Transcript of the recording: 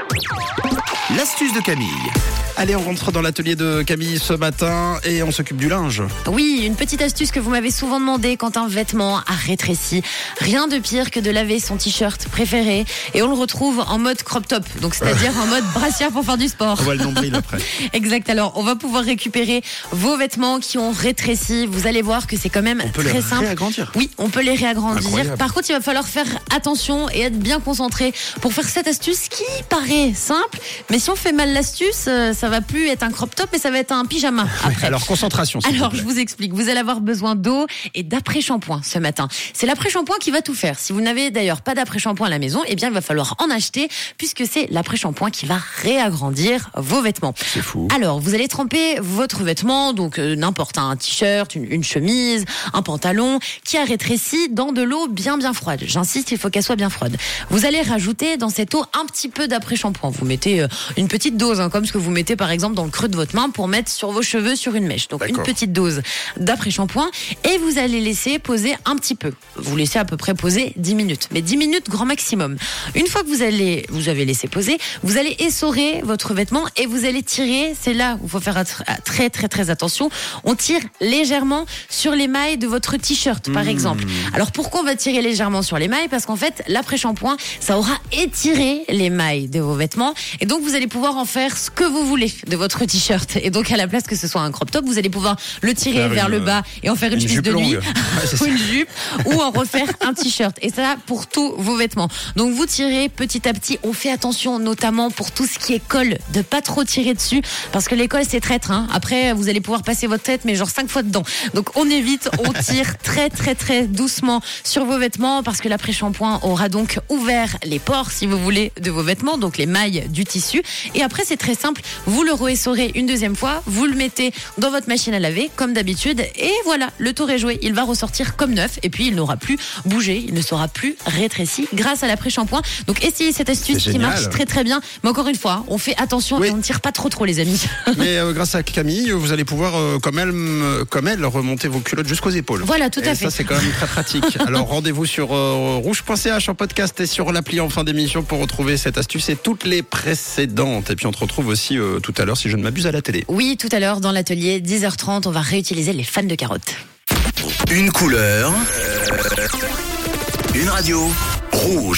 L'astuce de Camille. Allez, on rentre dans l'atelier de Camille ce matin et on s'occupe du linge. Oui, une petite astuce que vous m'avez souvent demandé quand un vêtement a rétréci. Rien de pire que de laver son t-shirt préféré et on le retrouve en mode crop top, donc c'est-à-dire en mode brassière pour faire du sport. On voit le nombril après. Exact, alors on va pouvoir récupérer vos vêtements qui ont rétréci. Vous allez voir que c'est quand même On peut très les simple. réagrandir. Oui, on peut les réagrandir. Incroyable. Par contre, il va falloir faire attention et être bien concentré pour faire cette astuce qui paraît simple, mais si on fait mal l'astuce, ça va plus être un crop top, mais ça va être un pyjama après. Alors, concentration. s'il Alors, vous je plaît. vous explique. Vous allez avoir besoin d'eau et d'après-shampoing ce matin. C'est l'après-shampoing qui va tout faire. Si vous n'avez d'ailleurs pas d'après-shampoing à la maison, eh bien, il va falloir en acheter puisque c'est l'après-shampoing qui va réagrandir vos vêtements. C'est fou. Alors, vous allez tremper votre vêtement, donc n'importe un t-shirt, une chemise, un pantalon qui a rétréci dans de l'eau bien froide. J'insiste, il faut qu'elle soit bien froide. Vous allez rajouter dans cette eau un petit peu d'après-shampoing. Vous mettez une petite dose, comme ce que vous mettez par exemple dans le creux de votre main pour mettre sur vos cheveux sur une mèche. Donc D'accord. une petite dose d'après-shampoing et vous allez laisser poser un petit peu. Vous laissez à peu près poser 10 minutes, mais 10 minutes grand maximum. Une fois que vous avez laissé poser, vous allez essorer votre vêtement et vous allez tirer. C'est là où il faut faire très attention. On tire légèrement sur les mailles de votre t-shirt par exemple. Alors pourquoi on va tirer légèrement sur les mailles? Parce qu'en fait, l'après-shampoing, ça aura étiré les mailles de vos vêtements et donc vous allez pouvoir en faire ce que vous voulez de votre t-shirt. Et donc à la place que ce soit un crop top, vous allez pouvoir le tirer Faire vers le bas et en faire une chemise jupe de nuit longue. Ouais, c'est ou ça. une jupe ou en refaire un t-shirt. Et ça pour tous vos vêtements. Donc vous tirez petit à petit. On fait attention notamment pour tout ce qui est colle, de pas trop tirer dessus parce que les colles c'est traître. Après vous allez pouvoir passer votre tête mais genre 5 fois dedans. Donc on évite, on tire très doucement sur vos vêtements parce que l'après-shampoing aura donc ouvert les pores si vous voulez de vos vêtements, donc les mailles du tissu. Et après c'est très simple, vous le réessorez une deuxième fois, vous le mettez dans votre machine à laver comme d'habitude et voilà, le tour est joué, il va ressortir comme neuf et puis il n'aura plus bougé, il ne sera plus rétréci grâce à l'après-shampoing. Donc essayez cette astuce C'est qui génial. marche très bien, mais encore une fois, on fait attention Oui. et on ne tire pas trop les amis. Mais grâce à Camille, vous allez pouvoir, comme elle, remonter vos culottes jusqu'aux épaules. Voilà, tout à Et fait. ça, c'est quand même très pratique. Alors, rendez-vous sur rouge.ch en podcast et sur l'appli en fin d'émission pour retrouver cette astuce et toutes les précédentes. Et puis, on te retrouve aussi tout à l'heure, si je ne m'abuse, à la télé. Oui, tout à l'heure dans l'atelier 10h30, on va réutiliser les fans de carottes. Une couleur, une radio, rouge.